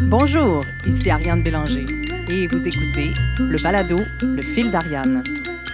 Bonjour, ici Ariane Bélanger et vous écoutez le balado Le fil d'Ariane.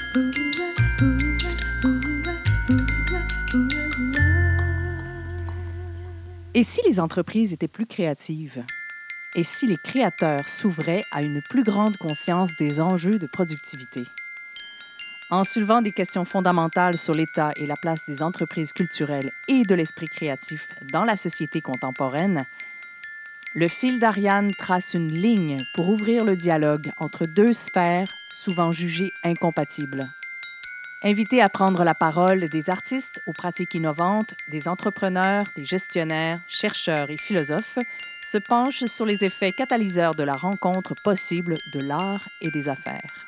Et si les entreprises étaient plus créatives? Et si les créateurs s'ouvraient à une plus grande conscience des enjeux de productivité? En soulevant des questions fondamentales sur l'état et la place des entreprises culturelles et de l'esprit créatif dans la société contemporaine, le fil d'Ariane trace une ligne pour ouvrir le dialogue entre deux sphères souvent jugées incompatibles. Invité à prendre la parole des artistes aux pratiques innovantes, des entrepreneurs, des gestionnaires, chercheurs et philosophes se penche sur les effets catalyseurs de la rencontre possible de l'art et des affaires.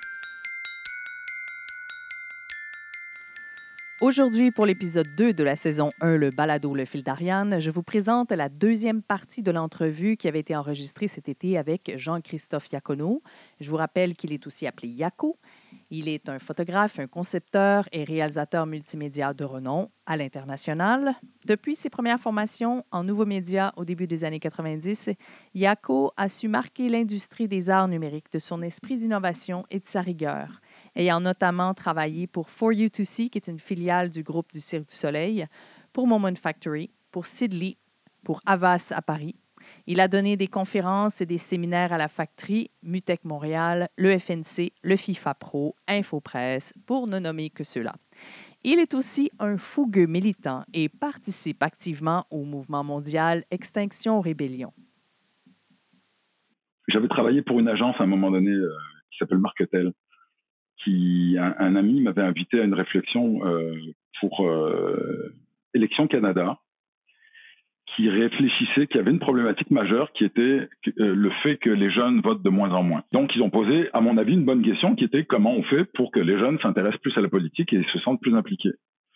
Aujourd'hui, pour l'épisode 2 de la saison 1, le balado Le fil d'Ariane, je vous présente la deuxième partie de l'entrevue qui avait été enregistrée cet été avec Jean-Christophe Iacono. Je vous rappelle qu'il est aussi appelé Iaco. Il est un photographe, un concepteur et réalisateur multimédia de renom à l'international. Depuis ses premières formations en nouveaux médias au début des années 90, Iaco a su marquer l'industrie des arts numériques de son esprit d'innovation et de sa rigueur, ayant notamment travaillé pour For You to See, qui est une filiale du groupe du Cirque du Soleil, pour Moment Factory, pour Sidley, pour Havas à Paris. Il a donné des conférences et des séminaires à la Factory, Mutec Montréal, le FNC, le FIFA Pro, Infopresse, pour ne nommer que ceux-là. Il est aussi un fougueux militant et participe activement au mouvement mondial Extinction Rébellion. J'avais travaillé pour une agence à un moment donné qui s'appelle Marketel. Un ami m'avait invité à une réflexion pour Élections Canada, qui réfléchissait qu'il y avait une problématique majeure qui était le fait que les jeunes votent de moins en moins. Donc, ils ont posé, à mon avis, une bonne question qui était comment on fait pour que les jeunes s'intéressent plus à la politique et se sentent plus impliqués.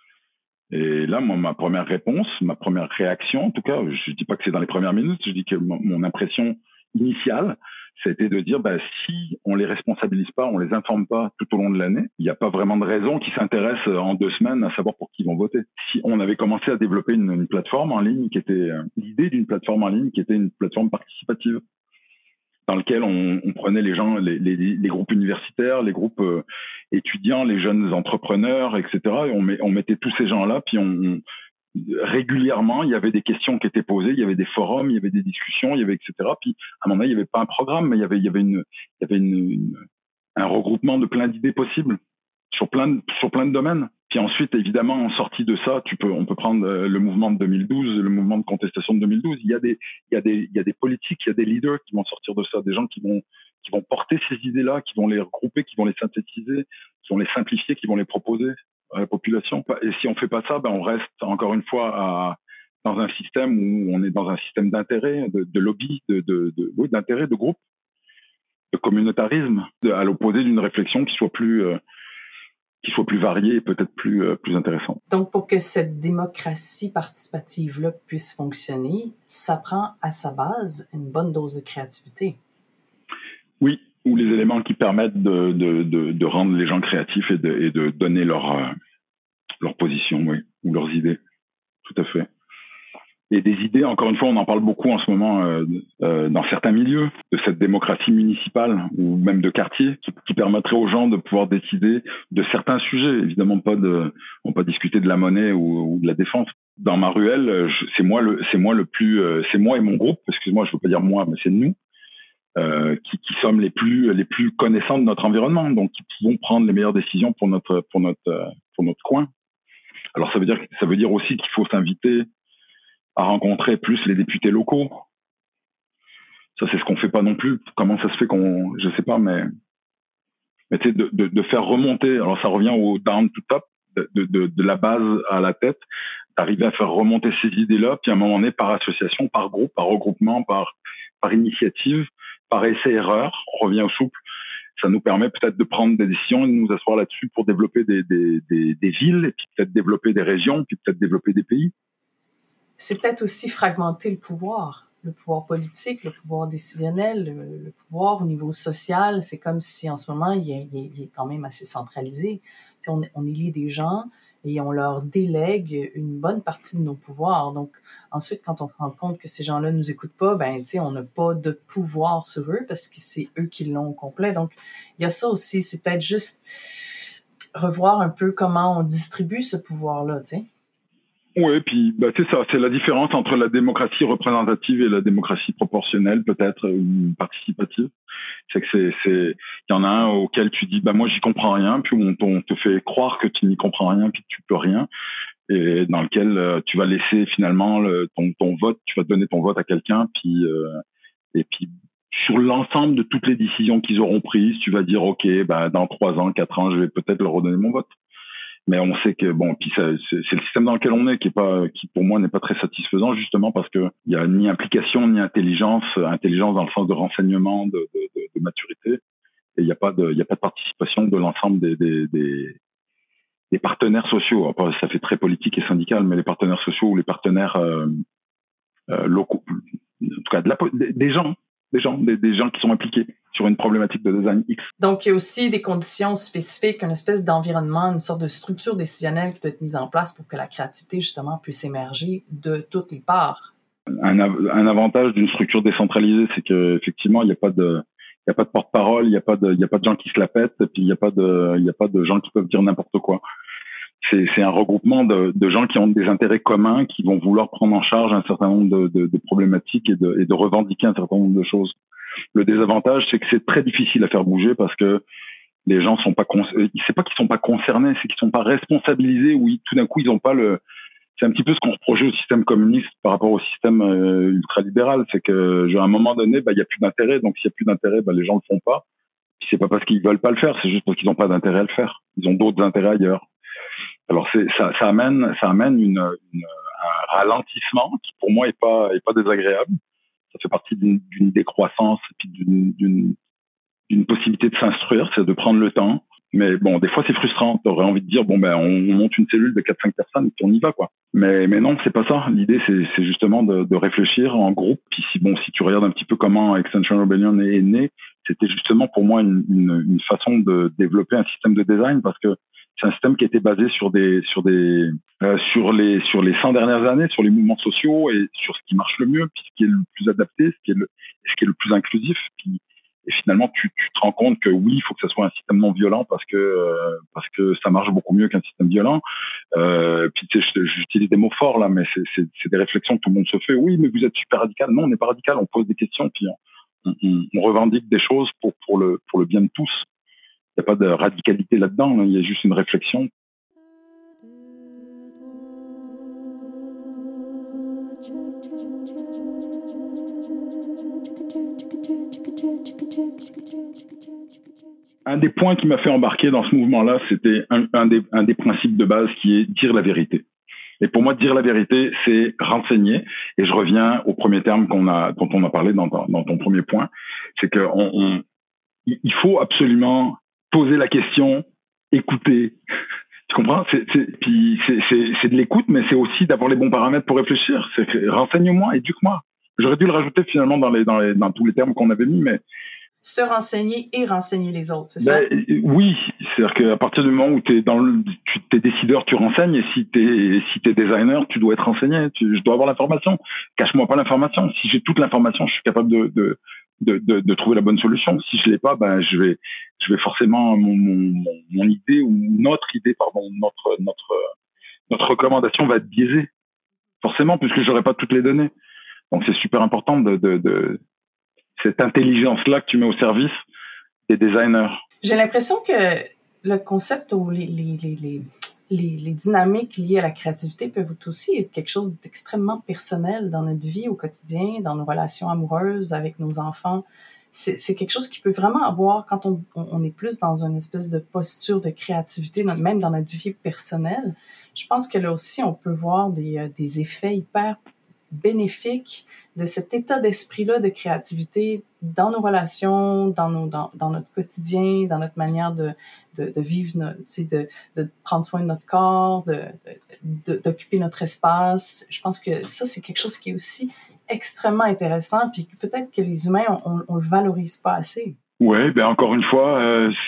Et là, moi, ma première réponse, ma première réaction, en tout cas, je ne dis pas que c'est dans les premières minutes, je dis que mon impression initiale, c'était de dire, si on les responsabilise pas, on les informe pas tout au long de l'année, il n'y a pas vraiment de raison qu'ils s'intéressent en 2 semaines à savoir pour qui ils vont voter. Si on avait commencé à développer une plateforme en ligne qui était l'idée d'une plateforme en ligne qui était une plateforme participative, dans lequel on prenait les gens, les groupes universitaires, les groupes étudiants, les jeunes entrepreneurs, etc. Et on mettait tous ces gens-là, puis régulièrement, il y avait des questions qui étaient posées, il y avait des forums, il y avait des discussions, il y avait etc. Puis à un moment donné, il n'y avait pas un programme, mais il y avait un regroupement de plein d'idées possibles sur plein de domaines. Puis ensuite, évidemment, en sortie de ça, on peut prendre le mouvement de 2012, le mouvement de contestation de 2012. Il y a des politiques, il y a des leaders qui vont sortir de ça, des gens qui vont porter ces idées-là, qui vont les regrouper, qui vont les synthétiser, qui vont les simplifier, qui vont les proposer à la population. Et si on fait pas ça, on reste encore une fois dans un système où on est dans un système d'intérêt, de lobby, d'intérêt, de groupe, de communautarisme, à l'opposé d'une réflexion qui soit plus variée et peut-être plus intéressante. Donc, pour que cette démocratie participative-là puisse fonctionner, ça prend à sa base une bonne dose de créativité. Oui, ou les éléments qui permettent de rendre les gens créatifs et de donner leur position, oui, ou leurs idées. Tout à fait. Et des idées, encore une fois, on en parle beaucoup en ce moment dans certains milieux, de cette démocratie municipale ou même de quartier qui permettrait aux gens de pouvoir décider de certains sujets. Évidemment, on va pas discuter de la monnaie ou de la défense. Dans ma ruelle, c'est moi et mon groupe, excuse-moi, je veux pas dire moi, mais c'est nous, qui sommes les plus connaissants de notre environnement, donc qui pouvons prendre les meilleures décisions pour notre coin. Alors ça veut dire aussi qu'il faut s'inviter à rencontrer plus les députés locaux. Ça, c'est ce qu'on fait pas non plus. Comment ça se fait je sais pas, mais tu sais, de faire remonter. Alors ça revient au down to top, de la base à la tête, d'arriver à faire remonter ces idées-là, puis à un moment donné, par association, par groupe, par regroupement, par initiative, par essai-erreur, on revient au souple. Ça nous permet peut-être de prendre des décisions et de nous asseoir là-dessus pour développer des villes, et puis peut-être développer des régions, puis peut-être développer des pays. C'est peut-être aussi fragmenter le pouvoir politique, le pouvoir décisionnel, le pouvoir au niveau social. C'est comme si en ce moment, il est quand même assez centralisé. On élit des gens, et on leur délègue une bonne partie de nos pouvoirs. Donc, ensuite, quand on se rend compte que ces gens-là nous écoutent pas, ben, tu sais, on n'a pas de pouvoir sur eux parce que c'est eux qui l'ont au complet. Donc, il y a ça aussi. C'est peut-être juste revoir un peu comment on distribue ce pouvoir-là, tu sais. Oui, puis c'est ça, c'est la différence entre la démocratie représentative et la démocratie proportionnelle, peut-être, ou participative. C'est que il y en a un auquel tu dis, moi j'y comprends rien, puis on te fait croire que tu n'y comprends rien, puis que tu peux rien, et dans lequel tu vas laisser finalement ton vote, tu vas donner ton vote à quelqu'un, puis et puis sur l'ensemble de toutes les décisions qu'ils auront prises, tu vas dire, ok, dans 3 ans, 4 ans, je vais peut-être leur redonner mon vote. Mais on sait que puis c'est le système dans lequel on est qui pour moi n'est pas très satisfaisant, justement parce que il y a ni implication ni intelligence dans le sens de renseignement, de maturité, et il y a pas de participation de l'ensemble des partenaires sociaux. Après, ça fait très politique et syndical, mais les partenaires sociaux ou les partenaires locaux, en tout cas des gens qui sont impliqués sur une problématique de design X. Donc, il y a aussi des conditions spécifiques, une espèce d'environnement, une sorte de structure décisionnelle qui doit être mise en place pour que la créativité, justement, puisse émerger de toutes les parts. Un avantage d'une structure décentralisée, c'est que effectivement, il n'y a pas de porte-parole, il n'y a pas de gens qui se la pètent, et puis il n'y a pas de gens qui peuvent dire n'importe quoi. C'est un regroupement de gens qui ont des intérêts communs, qui vont vouloir prendre en charge un certain nombre de problématiques et de revendiquer un certain nombre de choses. Le désavantage, c'est que c'est très difficile à faire bouger parce que les gens sont pas c'est pas qu'ils sont pas concernés, c'est qu'ils sont pas responsabilisés, ou tout d'un coup ils ont pas c'est un petit peu ce qu'on reprochait au système communiste par rapport au système ultralibéral, c'est que à un moment donné, il y a plus d'intérêt, donc s'il y a plus d'intérêt, les gens le font pas. Puis c'est pas parce qu'ils veulent pas le faire, c'est juste parce qu'ils n'ont pas d'intérêt à le faire. Ils ont d'autres intérêts ailleurs. Alors ça amène un ralentissement qui pour moi est pas désagréable. Ça fait partie d'une décroissance et puis d'une possibilité de s'instruire, c'est de prendre le temps. Mais bon, des fois c'est frustrant. T'aurais envie de dire on monte une cellule de 4-5 personnes et puis on y va, quoi. Mais non, c'est pas ça. L'idée c'est justement de réfléchir en groupe. Puis si tu regardes un petit peu comment Extinction Rebellion est né, c'était justement pour moi une façon de développer un système de design, parce que c'est un système qui a été basé sur les 100 dernières années, sur les mouvements sociaux et sur ce qui marche le mieux, puis ce qui est le plus adapté, ce qui est le plus inclusif. Puis et finalement, tu te rends compte que oui, il faut que ce soit un système non violent parce que ça marche beaucoup mieux qu'un système violent. Puis j'utilise des mots forts là, mais c'est des réflexions que tout le monde se fait. Oui, mais vous êtes super radical. Non, on n'est pas radical. On pose des questions, puis on revendique des choses pour le bien de tous. Il n'y a pas de radicalité là-dedans. Il y a juste une réflexion. Un des points qui m'a fait embarquer dans ce mouvement-là, c'était un des principes de base, qui est dire la vérité. Et pour moi, dire la vérité, c'est renseigner. Et je reviens au premier terme dont on a parlé dans ton premier point, c'est que il faut absolument poser la question, écouter. Tu comprends? Puis c'est de l'écoute, mais c'est aussi d'avoir les bons paramètres pour réfléchir. C'est que renseigne-moi, éduque-moi. J'aurais dû le rajouter finalement dans tous les termes qu'on avait mis, mais se renseigner et renseigner les autres, c'est ça? Oui, c'est-à-dire qu'à partir du moment où t'es décideur, tu renseignes, et si t'es designer, tu dois être renseigné. Je dois avoir l'information. Cache-moi pas l'information. Si j'ai toute l'information, je suis capable de trouver la bonne solution. Si je l'ai pas, je vais forcément mon idée, ou notre idée, pardon, notre recommandation va être biaisée, forcément, puisque j'aurai pas toutes les données. Donc c'est super important de cette intelligence-là que tu mets au service des designers. J'ai l'impression que le concept ou les dynamiques liées à la créativité peuvent aussi être quelque chose d'extrêmement personnel dans notre vie au quotidien, dans nos relations amoureuses avec nos enfants. C'est quelque chose qui peut vraiment avoir quand on est plus dans une espèce de posture de créativité, même dans notre vie personnelle. Je pense que là aussi, on peut voir des effets hyper bénéfique de cet état d'esprit-là de créativité dans nos relations, dans notre quotidien, dans notre manière de vivre, de prendre soin de notre corps, d'occuper notre espace. Je pense que ça, c'est quelque chose qui est aussi extrêmement intéressant, puis peut-être que les humains, on le valorise pas assez. Ouais, encore une fois,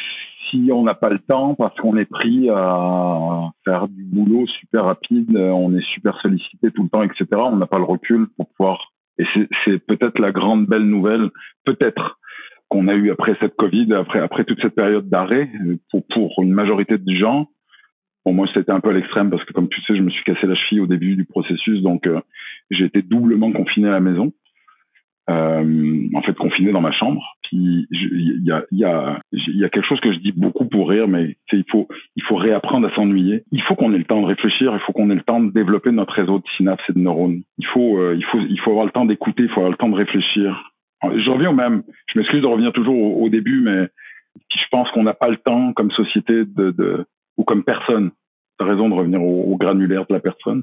Si on n'a pas le temps parce qu'on est pris à faire du boulot super rapide, on est super sollicité tout le temps, etc., on n'a pas le recul pour pouvoir... Et c'est peut-être la grande belle nouvelle, peut-être, qu'on a eu après cette Covid, après toute cette période d'arrêt, pour une majorité de gens. Bon, moi, c'était un peu à l'extrême parce que, comme tu sais, je me suis cassé la cheville au début du processus, donc j'ai été doublement confiné à la maison. En fait, confiné dans ma chambre. Puis il y a quelque chose que je dis beaucoup pour rire, mais il faut réapprendre à s'ennuyer. Il faut qu'on ait le temps de réfléchir, il faut qu'on ait le temps de développer notre réseau de synapses et de neurones. Il faut avoir le temps d'écouter, il faut avoir le temps de réfléchir. Je reviens au même. Je m'excuse de revenir toujours au début, mais je pense qu'on n'a pas le temps comme société ou comme personne. T'as raison de revenir au granulaire de la personne.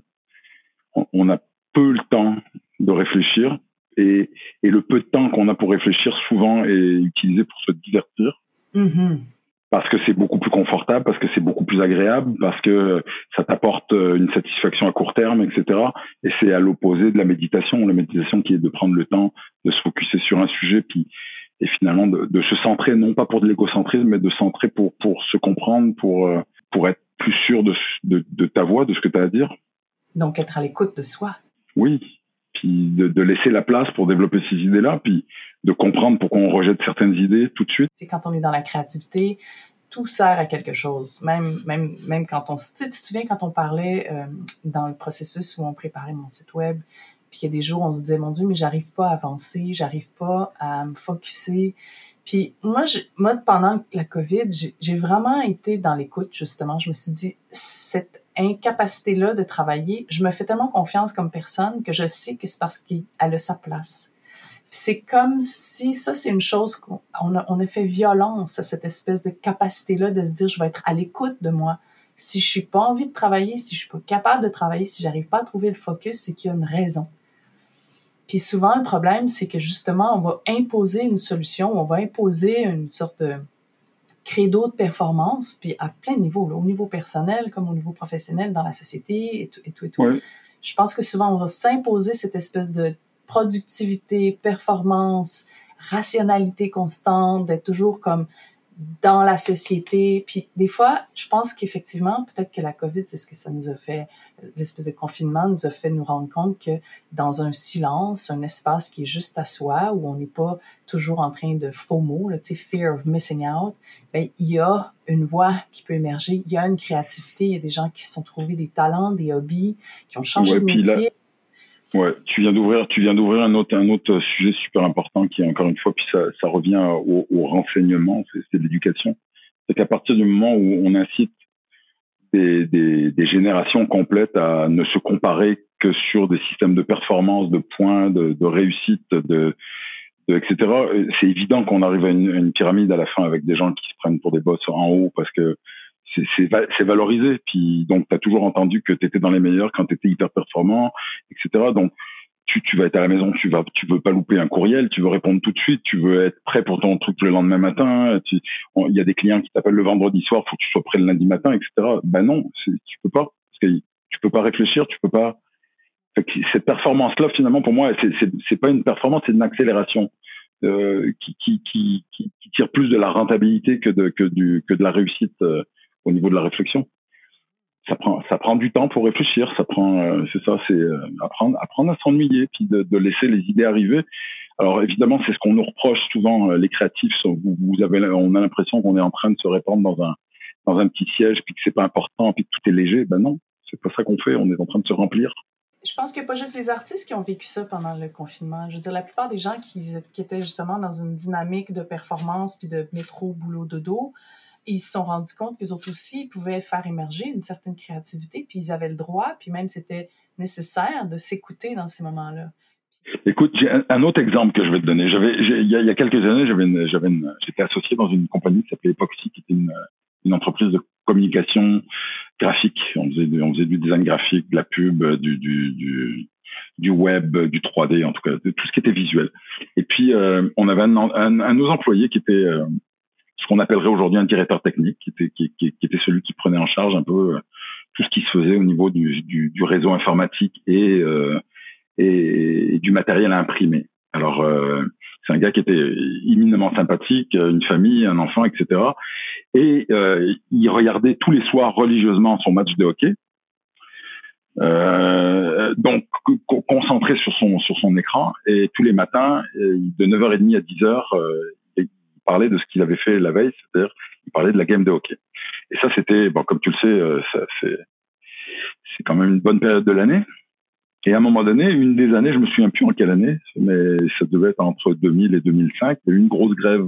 On a peu le temps de réfléchir. Et le peu de temps qu'on a pour réfléchir souvent est utilisé pour se divertir. Mm-hmm. Parce que c'est beaucoup plus confortable, parce que c'est beaucoup plus agréable, parce que ça t'apporte une satisfaction à court terme, etc. Et c'est à l'opposé de la méditation qui est de prendre le temps de se focuser sur un sujet, et finalement de se centrer, non pas pour de l'égocentrisme, mais de se centrer pour se comprendre, pour être plus sûr de ta voix, de ce que tu as à dire. Donc, être à l'écoute de soi. Oui. Puis de laisser la place pour développer ces idées-là, puis de comprendre pourquoi on rejette certaines idées tout de suite. C'est quand on est dans la créativité, tout sert à quelque chose. Même quand on... Tu te souviens quand on parlait dans le processus où on préparait mon site web, puis il y a des jours on se disait, mon Dieu, mais j'arrive pas à avancer, j'arrive pas à me focusser. Puis moi, pendant la COVID, j'ai vraiment été dans l'écoute, justement. Je me suis dit, cette incapacité-là de travailler, je me fais tellement confiance comme personne que je sais que c'est parce qu'elle a sa place. Puis c'est comme si ça, c'est une chose qu'on a fait violence à cette espèce de capacité-là de se dire, je vais être à l'écoute de moi. Si je suis pas envie de travailler, si je suis pas capable de travailler, si j'arrive pas à trouver le focus, c'est qu'il y a une raison. Puis souvent, le problème, c'est que justement, on va imposer une solution, on va imposer une sorte de credo de performance, puis à plein de niveaux, là, au niveau personnel comme au niveau professionnel, dans la société et tout. Oui. Je pense que souvent, on va s'imposer cette espèce de productivité, performance, rationalité constante, d'être toujours comme dans la société. Puis des fois, je pense qu'effectivement, peut-être que la COVID, c'est ce que ça nous a fait, l'espèce de confinement nous a fait nous rendre compte que dans un silence, un espace qui est juste à soi, où on n'est pas toujours en train de FOMO, là, tu sais, fear of missing out, ben, il y a une voix qui peut émerger, il y a une créativité, il y a des gens qui se sont trouvés des talents, des hobbies, qui ont changé de métier. Ouais, tu viens d'ouvrir un autre sujet super important qui est encore une fois, puis ça revient au renseignement, c'est de l'éducation. C'est qu'à partir du moment où on incite des générations complètes à ne se comparer que sur des systèmes de performance, de points, de réussite, etc., c'est évident qu'on arrive à une pyramide à la fin avec des gens qui se prennent pour des boss en haut parce que c'est valorisé. Puis donc, tu as toujours entendu que tu étais dans les meilleurs quand tu étais hyper performant, etc. Donc, tu vas être à la maison, tu veux pas louper un courriel, tu veux répondre tout de suite, tu veux être prêt pour ton truc le lendemain matin. Il y a des clients qui t'appellent le vendredi soir, faut que tu sois prêt le lundi matin, etc. Ben non, tu peux pas, parce que tu peux pas réfléchir, tu peux pas. Cette performance-là, finalement, pour moi, c'est pas une performance, c'est une accélération qui tire plus de la rentabilité que de la réussite au niveau de la réflexion. Ça prend du temps pour réfléchir, c'est apprendre à s'ennuyer, puis de laisser les idées arriver. Alors évidemment, c'est ce qu'on nous reproche souvent, les créatifs. On a l'impression qu'on est en train de se répandre dans un petit siège, puis que c'est pas important, puis que tout est léger. Ben non, c'est pas ça qu'on fait. On est en train de se remplir. Je pense qu'il n'y a pas juste les artistes qui ont vécu ça pendant le confinement. Je veux dire, la plupart des gens qui étaient justement dans une dynamique de performance puis de métro, boulot, dodo, ils se sont rendus compte qu'eux autres aussi pouvaient faire émerger une certaine créativité, puis ils avaient le droit, puis même c'était nécessaire de s'écouter dans ces moments-là. Écoute, j'ai un autre exemple que je vais te donner. Il y a quelques années, j'étais associé dans une compagnie qui s'appelait Epoxy, qui était une entreprise de communication graphique. On faisait du design graphique, de la pub, du web, du 3D, en tout cas, de tout ce qui était visuel. Et puis, on avait un de nos employés qui était ce qu'on appellerait aujourd'hui un directeur technique, qui était celui qui prenait en charge un peu tout ce qui se faisait au niveau du réseau informatique et du matériel à imprimer. Alors, c'est un gars qui était éminemment sympathique, une famille, un enfant, etc. Et il regardait tous les soirs religieusement son match de hockey. Donc concentré sur son écran, et tous les matins de 9h30 à 10h il parlait de ce qu'il avait fait la veille, c'est-à-dire il parlait de la game de hockey. Et ça, c'était, bon, comme tu le sais, c'est quand même une bonne période de l'année. Et à un moment donné, une des années, je me souviens plus en quelle année, mais ça devait être entre 2000 et 2005, il y a eu une grosse grève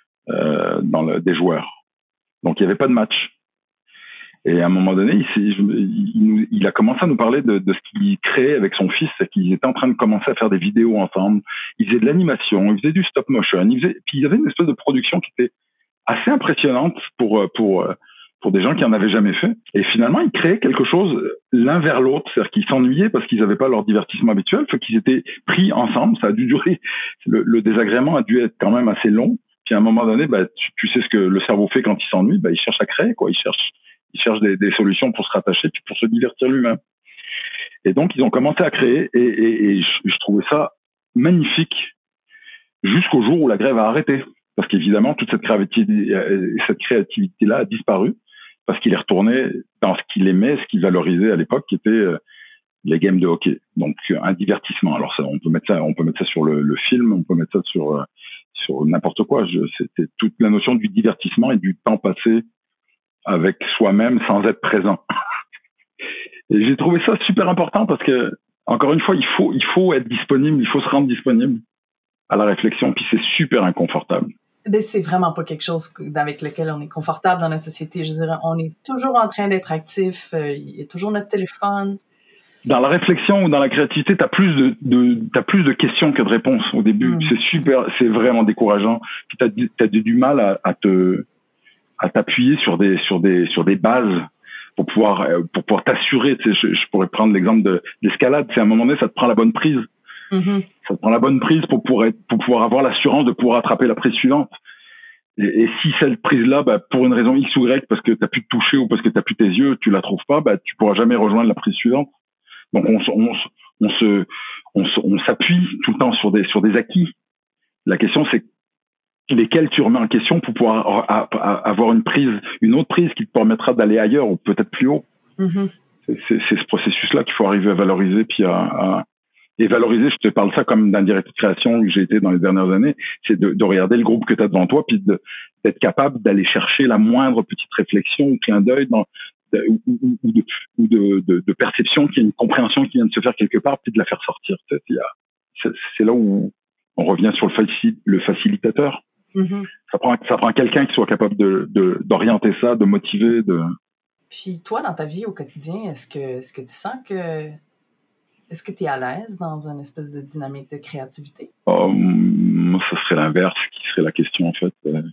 des joueurs. Donc il n'y avait pas de match. Et à un moment donné, il a commencé à nous parler de ce qu'il créait avec son fils, c'est qu'ils étaient en train de commencer à faire des vidéos ensemble. Ils faisaient de l'animation, ils faisaient du stop motion, puis il y avait une espèce de production qui était assez impressionnante pour des gens qui en avaient jamais fait. Et finalement, ils créaient quelque chose l'un vers l'autre, c'est-à-dire qu'ils s'ennuyaient parce qu'ils n'avaient pas leur divertissement habituel, fait qu'ils étaient pris ensemble. Ça a dû durer, le désagrément a dû être quand même assez long. Puis à un moment donné, tu sais ce que le cerveau fait quand il s'ennuie, il cherche à créer, quoi. Il cherche des solutions pour se rattacher, puis pour se divertir lui-même. Et donc, ils ont commencé à créer, et je trouvais ça magnifique jusqu'au jour où la grève a arrêté. Parce qu'évidemment, toute cette créativité-là a disparu, parce qu'il est retourné dans ce qu'il aimait, ce qu'il valorisait à l'époque, qui était les games de hockey. Donc, un divertissement. Alors, ça, on peut mettre ça sur le film, on peut mettre ça sur n'importe quoi. C'était toute la notion du divertissement et du temps passé avec soi-même sans être présent. Et j'ai trouvé ça super important parce que, encore une fois, il faut être disponible, il faut se rendre disponible à la réflexion, puis c'est super inconfortable. Mais c'est vraiment pas quelque chose avec lequel on est confortable dans notre société. Je dirais, on est toujours en train d'être actif, il y a toujours notre téléphone. Dans la réflexion ou dans la créativité, t'as plus de questions que de réponses au début. C'est super, c'est vraiment décourageant. Puis t'as du mal à t'appuyer sur des bases pour pouvoir t'assurer. Tu sais, je pourrais prendre l'exemple de l'escalade. C'est à un moment donné, ça te prend la bonne prise. Mm-hmm. Ça te prend la bonne prise pour pouvoir avoir l'assurance de pouvoir attraper la prise suivante. Et si cette prise-là, pour une raison X ou Y, parce que t'as plus de toucher ou parce que t'as plus tes yeux, tu la trouves pas, tu pourras jamais rejoindre la prise suivante. Donc on s'appuie tout le temps sur des acquis. La question, c'est lesquels tu remets en question pour pouvoir avoir une autre prise qui te permettra d'aller ailleurs ou peut-être plus haut. Mm-hmm. C'est ce processus-là qu'il faut arriver à valoriser, puis et valoriser, je te parle ça comme d'un directeur de création où j'ai été dans les dernières années, c'est de regarder le groupe que tu as devant toi, puis d'être capable d'aller chercher la moindre petite réflexion ou clin d'œil ou de perception, qu'il y a une compréhension qui vient de se faire quelque part, puis de la faire sortir. C'est là où on revient sur le facilitateur. Mm-hmm. Ça prend quelqu'un qui soit capable d'orienter ça, de motiver. Puis toi, dans ta vie au quotidien, est-ce que tu sens que est-ce que tu es à l'aise dans une espèce de dynamique de créativité? Moi, ce serait l'inverse qui serait la question, en fait.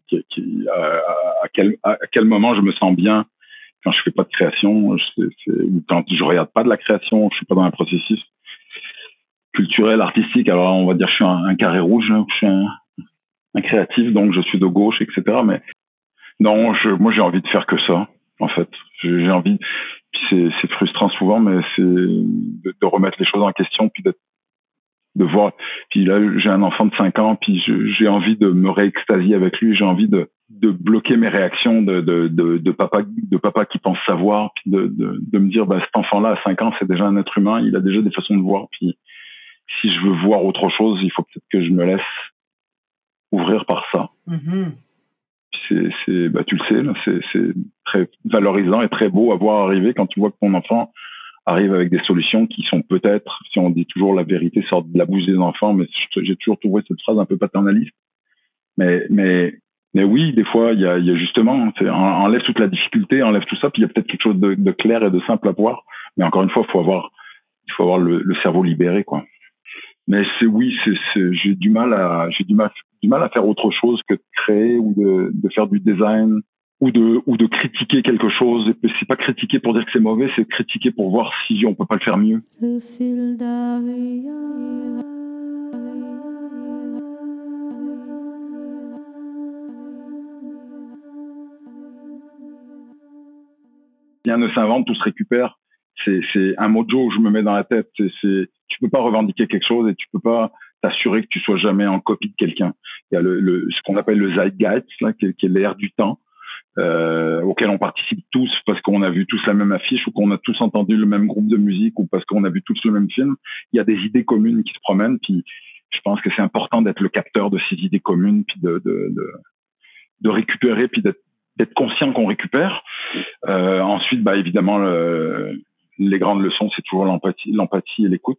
À quel moment je me sens bien quand je fais pas de création, ou quand je regarde pas de la création, je suis pas dans un processus culturel, artistique. Alors, on va dire que je suis un carré rouge, je suis un créatif, donc je suis de gauche, etc. Mais non, moi, j'ai envie de faire que ça, en fait. J'ai envie... Puis c'est frustrant souvent, mais c'est de remettre les choses en question, puis de voir. Puis là, j'ai un enfant de 5 ans, puis j'ai envie de me réextasier avec lui. J'ai envie de bloquer mes réactions de papa qui pense savoir, puis de me dire, cet enfant-là, à 5 ans, c'est déjà un être humain, il a déjà des façons de voir. Puis si je veux voir autre chose, il faut peut-être que je me laisse ouvrir par ça. Mm-hmm. Tu le sais, là, c'est très valorisant et très beau à voir arriver quand tu vois que ton enfant arrive avec des solutions qui sont peut-être, si on dit toujours la vérité sort de la bouche des enfants, mais j'ai toujours trouvé cette phrase un peu paternaliste. Mais oui, des fois, il y a justement, enlève toute la difficulté, enlève tout ça, puis il y a peut-être quelque chose de clair et de simple à voir. Mais encore une fois, il faut avoir le cerveau libéré, quoi. Mais j'ai du mal à faire autre chose que de créer ou de faire du design ou de critiquer quelque chose. Et c'est pas critiquer pour dire que c'est mauvais, c'est critiquer pour voir si on peut pas le faire mieux. Le fil d'Ariane. Rien ne s'invente, tout se récupère. C'est un mojo que je me mets dans la tête. Tu peux pas revendiquer quelque chose et tu peux pas t'assurer que tu sois jamais en copie de quelqu'un. Il y a ce qu'on appelle le zeitgeist, là, qui est l'air du temps. auquel on participe tous parce qu'on a vu tous la même affiche ou qu'on a tous entendu le même groupe de musique ou parce qu'on a vu tous le même film. Il y a des idées communes qui se promènent, puis je pense que c'est important d'être le capteur de ces idées communes, puis de récupérer, puis d'être conscient qu'on récupère. Ensuite, évidemment, les grandes leçons, c'est toujours l'empathie et l'écoute.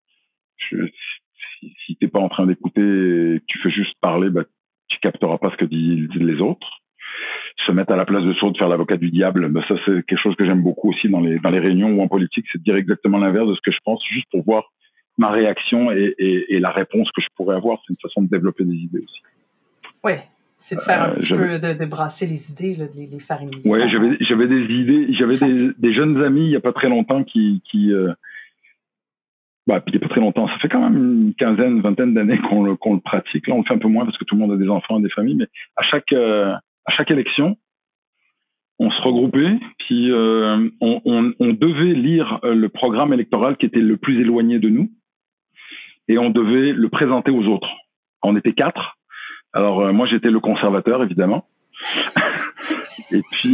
Si t'es pas en train d'écouter et que tu fais juste parler, tu capteras pas ce que disent les autres. Se mettre à la place de l'autre, faire l'avocat du diable, ça c'est quelque chose que j'aime beaucoup aussi dans les réunions ou en politique, c'est de dire exactement l'inverse de ce que je pense, juste pour voir ma réaction et la réponse que je pourrais avoir. C'est une façon de développer des idées aussi. Oui, c'est de faire un petit peu de brasser les idées, là, de les faire émerger. Oui, j'avais des idées, j'avais des jeunes amis il y a pas très longtemps qui il y a pas très longtemps, ça fait quand même une quinzaine, vingtaine d'années qu'on le pratique. Là, on le fait un peu moins parce que tout le monde a des enfants et des familles, mais à chaque élection, on se regroupait, puis on devait lire le programme électoral qui était le plus éloigné de nous, et on devait le présenter aux autres. On était 4. Alors moi j'étais le conservateur évidemment, et puis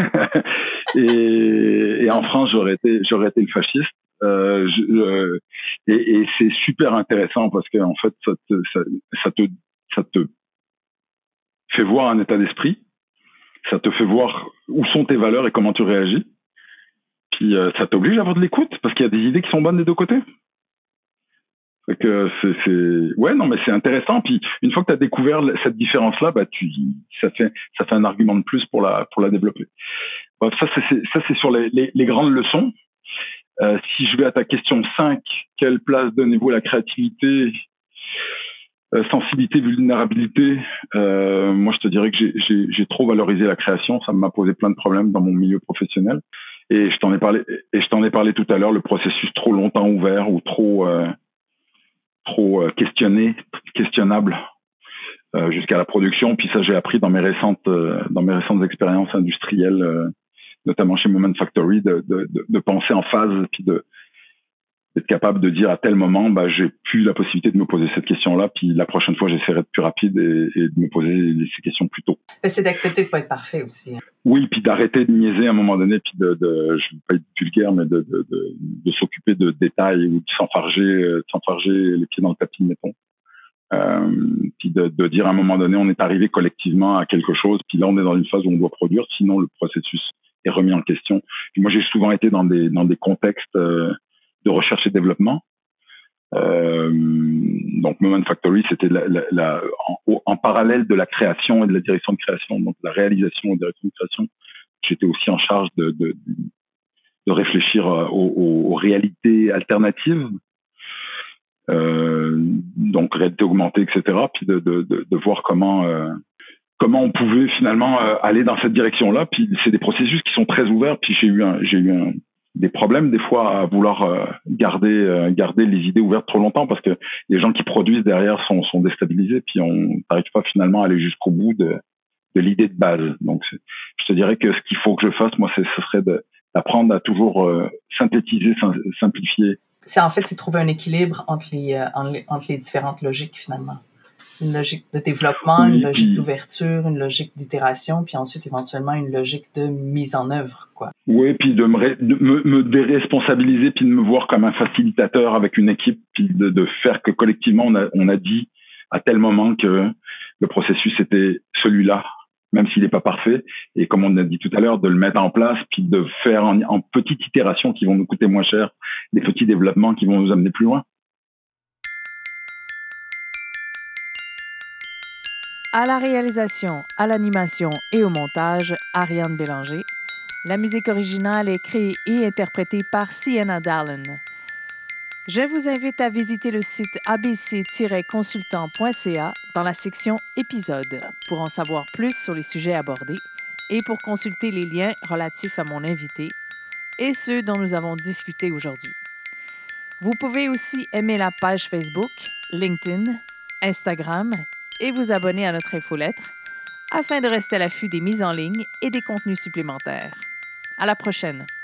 et en France j'aurais été le fasciste. Et c'est super intéressant parce que en fait ça te fait voir un état d'esprit, ça te fait voir où sont tes valeurs et comment tu réagis, puis ça t'oblige à avoir de l'écoute parce qu'il y a des idées qui sont bonnes des deux côtés. Fait que c'est intéressant. Puis une fois que tu as découvert cette différence là, ça fait un argument de plus pour la développer. Ça c'est sur les grandes leçons. Si je vais à ta question 5, quelle place donnez-vous à la créativité, sensibilité, vulnérabilité? Moi, je te dirais que j'ai trop valorisé la création. Ça m'a posé plein de problèmes dans mon milieu professionnel. Et je t'en ai parlé tout à l'heure, le processus trop longtemps ouvert ou trop questionnable jusqu'à la production. Puis ça, j'ai appris dans mes récentes expériences industrielles, notamment chez Moment Factory, de penser en phase, puis d'être capable de dire à tel moment, j'ai plus la possibilité de me poser cette question-là, puis la prochaine fois, j'essaierai d'être plus rapide et de me poser ces questions plus tôt. C'est d'accepter de pas être parfait aussi. Oui, puis d'arrêter de niaiser à un moment donné, puis je ne veux pas être vulgaire, mais de s'occuper de détails ou de s'enfarger les pieds dans le tapis, mettons. Puis de dire à un moment donné, on est arrivé collectivement à quelque chose, puis là, on est dans une phase où on doit produire, sinon le processus est remis en question. Puis moi, j'ai souvent été dans des contextes de recherche et développement. Donc Moment Factory, c'était en parallèle de la création et de la direction de création, donc la réalisation et la direction de création. J'étais aussi en charge de réfléchir aux réalités alternatives, donc réalité augmentée, etc. Puis de voir comment on pouvait finalement aller dans cette direction-là. Puis c'est des processus qui sont très ouverts. Puis j'ai eu des problèmes des fois à vouloir garder les idées ouvertes trop longtemps parce que les gens qui produisent derrière sont déstabilisés. Puis on n'arrive pas finalement à aller jusqu'au bout de l'idée de base. Donc je te dirais que ce qu'il faut que je fasse, moi, ce serait d'apprendre à toujours synthétiser, simplifier. C'est trouver un équilibre entre les différentes logiques finalement. Une logique de développement, oui, une logique d'ouverture, une logique d'itération, puis ensuite éventuellement une logique de mise en œuvre, quoi. Oui, puis de me déresponsabiliser, puis de me voir comme un facilitateur avec une équipe, puis de faire que collectivement on a dit à tel moment que le processus était celui-là, même s'il n'est pas parfait, et comme on a dit tout à l'heure, de le mettre en place, puis de faire en petites itérations qui vont nous coûter moins cher, des petits développements qui vont nous amener plus loin. À la réalisation, à l'animation et au montage, Ariane Bélanger. La musique originale est créée et interprétée par Sienna Dallin. Je vous invite à visiter le site abc-consultant.ca dans la section épisodes pour en savoir plus sur les sujets abordés et pour consulter les liens relatifs à mon invité et ceux dont nous avons discuté aujourd'hui. Vous pouvez aussi aimer la page Facebook, LinkedIn, Instagram et vous abonner à notre infolettre afin de rester à l'affût des mises en ligne et des contenus supplémentaires. À la prochaine!